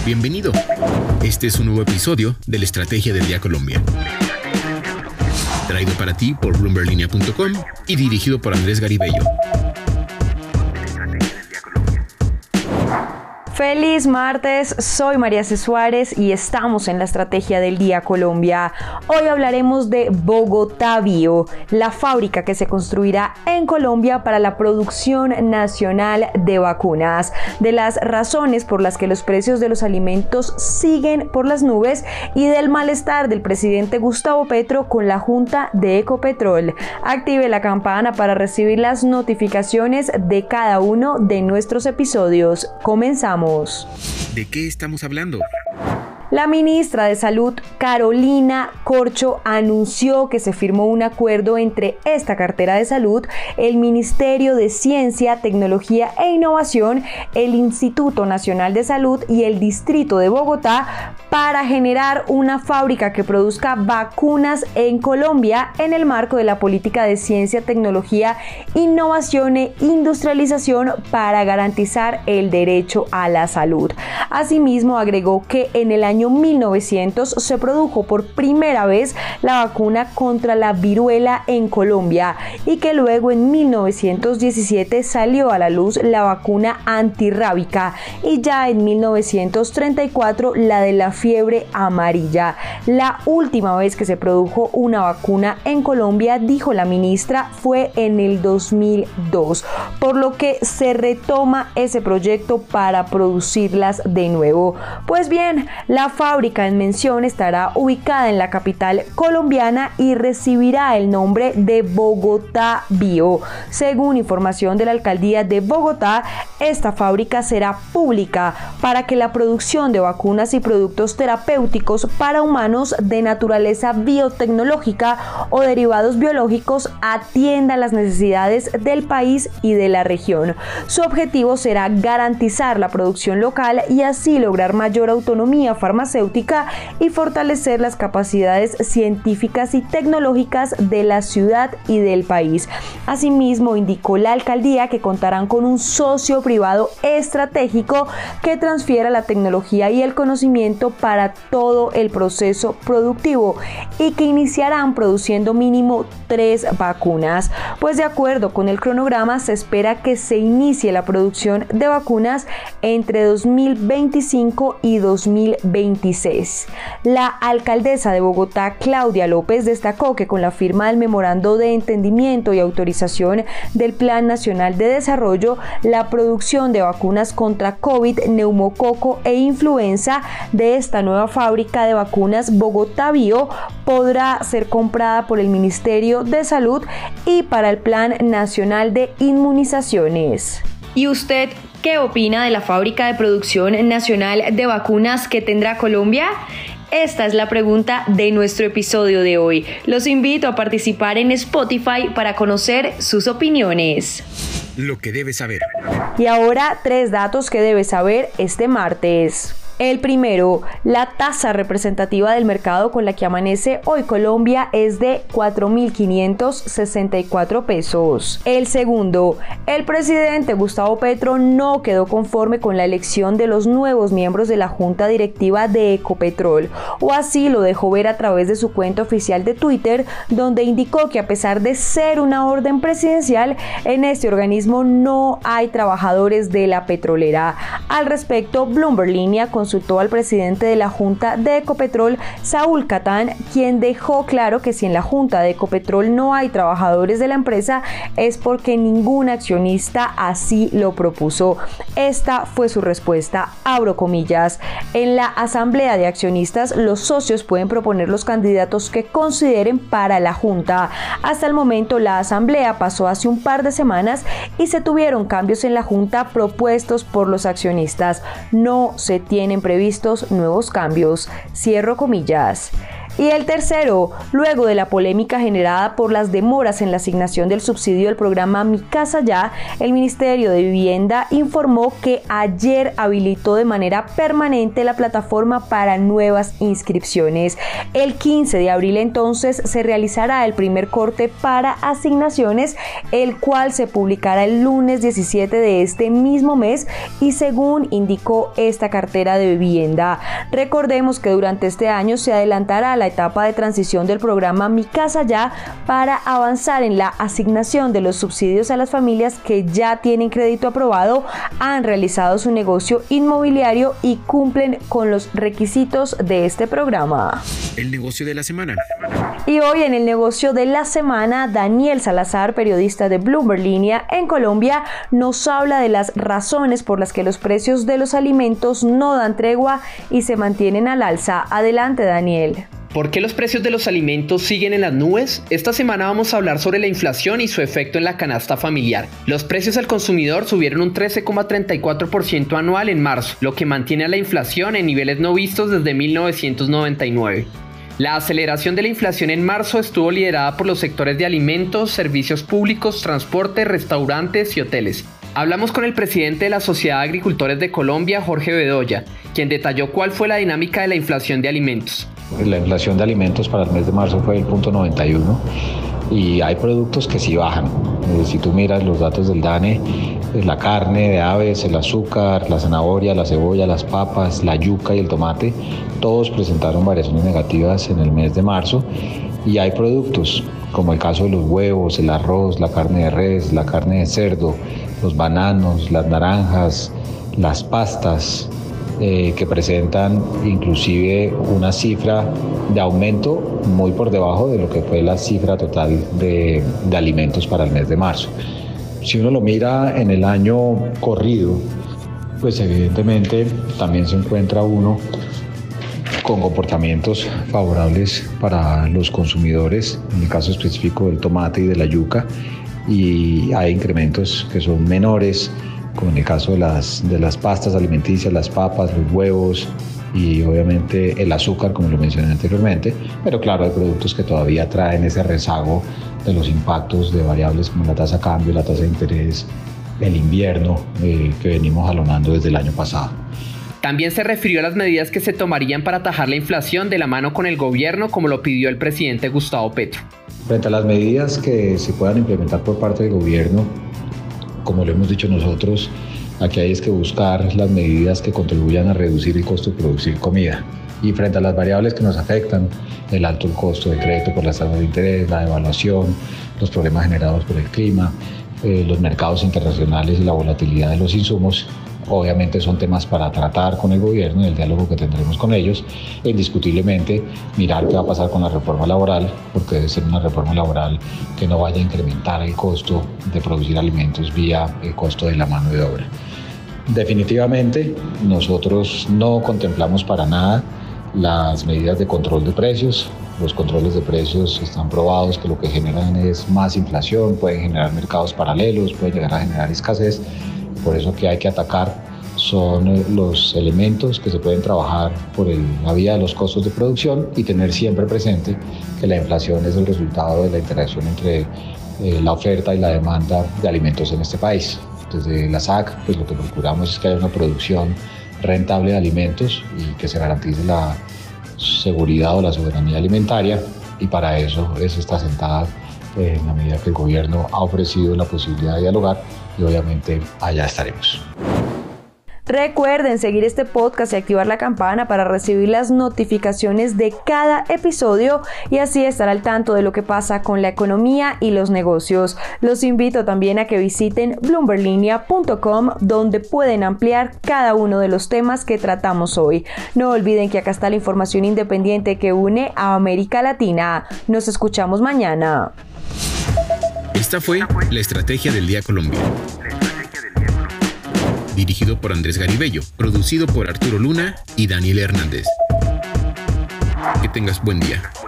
Bienvenido. Este es un nuevo episodio de la Estrategia del Día Colombia. Traído para ti por bloomberlinia.com y dirigido por Andrés Garibello. Feliz martes, soy María C. Suárez y estamos en la Estrategia del Día Colombia. Hoy hablaremos de Bogotá Bio, la fábrica que se construirá en Colombia para la producción nacional de vacunas, de las razones por las que los precios de los alimentos siguen por las nubes y del malestar del presidente Gustavo Petro con la Junta de Ecopetrol. Active la campana para recibir las notificaciones de cada uno de nuestros episodios. Comenzamos. ¿De qué estamos hablando? La ministra de Salud, Carolina Corcho, anunció que se firmó un acuerdo entre esta cartera de salud, el Ministerio de Ciencia, Tecnología e Innovación, el Instituto Nacional de Salud y el Distrito de Bogotá para generar una fábrica que produzca vacunas en Colombia en el marco de la política de ciencia, tecnología, innovación e industrialización para garantizar el derecho a la salud. Asimismo, agregó que en el año 1900 se produjo por primera vez la vacuna contra la viruela en Colombia y que luego en 1917 salió a la luz la vacuna antirrábica y ya en 1934 la de la fiebre amarilla. La última vez que se produjo una vacuna en Colombia, dijo la ministra, fue en el 2002, por lo que se retoma ese proyecto para producirlas de nuevo. Pues bien, la fábrica en mención estará ubicada en la capital colombiana y recibirá el nombre de Bogotá Bio. Según información de la alcaldía de Bogotá, esta fábrica será pública para que la producción de vacunas y productos terapéuticos para humanos de naturaleza biotecnológica o derivados biológicos atienda las necesidades del país y de la región. Su objetivo será garantizar la producción local y así lograr mayor autonomía farmacéutica y fortalecer las capacidades científicas y tecnológicas de la ciudad y del país. Asimismo, indicó la alcaldía que contarán con un socio privado estratégico que transfiera la tecnología y el conocimiento para todo el proceso productivo y que iniciarán produciendo mínimo 3 vacunas. Pues de acuerdo con el cronograma, se espera que se inicie la producción de vacunas entre 2025 y 2026. La alcaldesa de Bogotá, Claudia López, destacó que con la firma del memorando de entendimiento y autorización del Plan Nacional de Desarrollo, la producción de vacunas contra COVID, neumococo e influenza de esta nueva fábrica de vacunas Bogotá Bio podrá ser comprada por el Ministerio de Salud y para el Plan Nacional de Inmunizaciones. ¿Y usted qué opina de la fábrica de producción nacional de vacunas que tendrá Colombia? Esta es la pregunta de nuestro episodio de hoy. Los invito a participar en Spotify para conocer sus opiniones. Lo que debes saber. Y ahora 3 datos que debes saber este martes. El primero, la tasa representativa del mercado con la que amanece hoy Colombia es de 4.564 pesos. El segundo, el presidente Gustavo Petro no quedó conforme con la elección de los nuevos miembros de la Junta Directiva de Ecopetrol, o así lo dejó ver a través de su cuenta oficial de Twitter, donde indicó que a pesar de ser una orden presidencial, en este organismo no hay trabajadores de la petrolera. Al respecto, Bloomberg Línea consultó al presidente de la Junta de Ecopetrol, Saúl Catán, quien dejó claro que si en la Junta de Ecopetrol no hay trabajadores de la empresa es porque ningún accionista así lo propuso. Esta fue su respuesta, abro comillas. En la asamblea de accionistas, los socios pueden proponer los candidatos que consideren para la Junta. Hasta el momento, la asamblea pasó hace un par de semanas y se tuvieron cambios en la Junta propuestos por los accionistas. No se tienen previstos nuevos cambios. Cierro comillas. Y el tercero, luego de la polémica generada por las demoras en la asignación del subsidio del programa Mi Casa Ya, el Ministerio de Vivienda informó que ayer habilitó de manera permanente la plataforma para nuevas inscripciones. El 15 de abril entonces se realizará el primer corte para asignaciones, el cual se publicará el lunes 17 de este mismo mes y según indicó esta cartera de vivienda. Recordemos que durante este año se adelantará la etapa de transición del programa Mi Casa Ya para avanzar en la asignación de los subsidios a las familias que ya tienen crédito aprobado, han realizado su negocio inmobiliario y cumplen con los requisitos de este programa. El negocio de la semana. Y hoy en el negocio de la semana, Daniel Salazar, periodista de Bloomberg Línea en Colombia, nos habla de las razones por las que los precios de los alimentos no dan tregua y se mantienen al alza. Adelante, Daniel. ¿Por qué los precios de los alimentos siguen en las nubes? Esta semana vamos a hablar sobre la inflación y su efecto en la canasta familiar. Los precios al consumidor subieron un 13,34% anual en marzo, lo que mantiene a la inflación en niveles no vistos desde 1999. La aceleración de la inflación en marzo estuvo liderada por los sectores de alimentos, servicios públicos, transporte, restaurantes y hoteles. Hablamos con el presidente de la Sociedad de Agricultores de Colombia, Jorge Bedoya, quien detalló cuál fue la dinámica de la inflación de alimentos. La inflación de alimentos para el mes de marzo fue del 0,91 y hay productos que sí bajan. Si tú miras los datos del DANE, la carne de aves, el azúcar, la zanahoria, la cebolla, las papas, la yuca y el tomate, todos presentaron variaciones negativas en el mes de marzo. Y hay productos, como el caso de los huevos, el arroz, la carne de res, la carne de cerdo, los bananos, las naranjas, las pastas, que presentan inclusive una cifra de aumento muy por debajo de lo que fue la cifra total de alimentos para el mes de marzo. Si uno lo mira en el año corrido, pues evidentemente también se encuentra uno con comportamientos favorables para los consumidores, en el caso específico del tomate y de la yuca, y hay incrementos que son menores, como en el caso de las pastas alimenticias, las papas, los huevos y obviamente el azúcar, como lo mencioné anteriormente, pero claro, hay productos que todavía traen ese rezago de los impactos de variables como la tasa de cambio, la tasa de interés, el invierno que venimos jalonando desde el año pasado. También se refirió a las medidas que se tomarían para atajar la inflación de la mano con el gobierno, como lo pidió el presidente Gustavo Petro. Frente a las medidas que se puedan implementar por parte del gobierno, como lo hemos dicho nosotros, aquí hay que buscar las medidas que contribuyan a reducir el costo de producir comida. Y frente a las variables que nos afectan, el alto costo de crédito por las tasas de interés, la devaluación, los problemas generados por el clima, los mercados internacionales y la volatilidad de los insumos, obviamente son temas para tratar con el gobierno y el diálogo que tendremos con ellos. E indiscutiblemente mirar qué va a pasar con la reforma laboral, porque debe ser una reforma laboral que no vaya a incrementar el costo de producir alimentos vía el costo de la mano de obra. Definitivamente nosotros no contemplamos para nada las medidas de control de precios. Los controles de precios están probados que lo que generan es más inflación, pueden generar mercados paralelos, pueden llegar a generar escasez. Por eso que hay que atacar son los elementos que se pueden trabajar por la vía de los costos de producción y tener siempre presente que la inflación es el resultado de la interacción entre la oferta y la demanda de alimentos en este país. Desde la SAC, pues lo que procuramos es que haya una producción rentable de alimentos y que se garantice la seguridad o la soberanía alimentaria, y para eso está sentada en la medida que el gobierno ha ofrecido la posibilidad de dialogar, y obviamente allá estaremos. Recuerden seguir este podcast y activar la campana para recibir las notificaciones de cada episodio y así estar al tanto de lo que pasa con la economía y los negocios. Los invito también a que visiten bloomberlinia.com, donde pueden ampliar cada uno de los temas que tratamos hoy. No olviden que acá está la información independiente que une a América Latina. Nos escuchamos mañana. Esta fue La Estrategia del Día Colombia. Dirigido por Andrés Garibello, producido por Arturo Luna y Daniel Hernández. Que tengas buen día.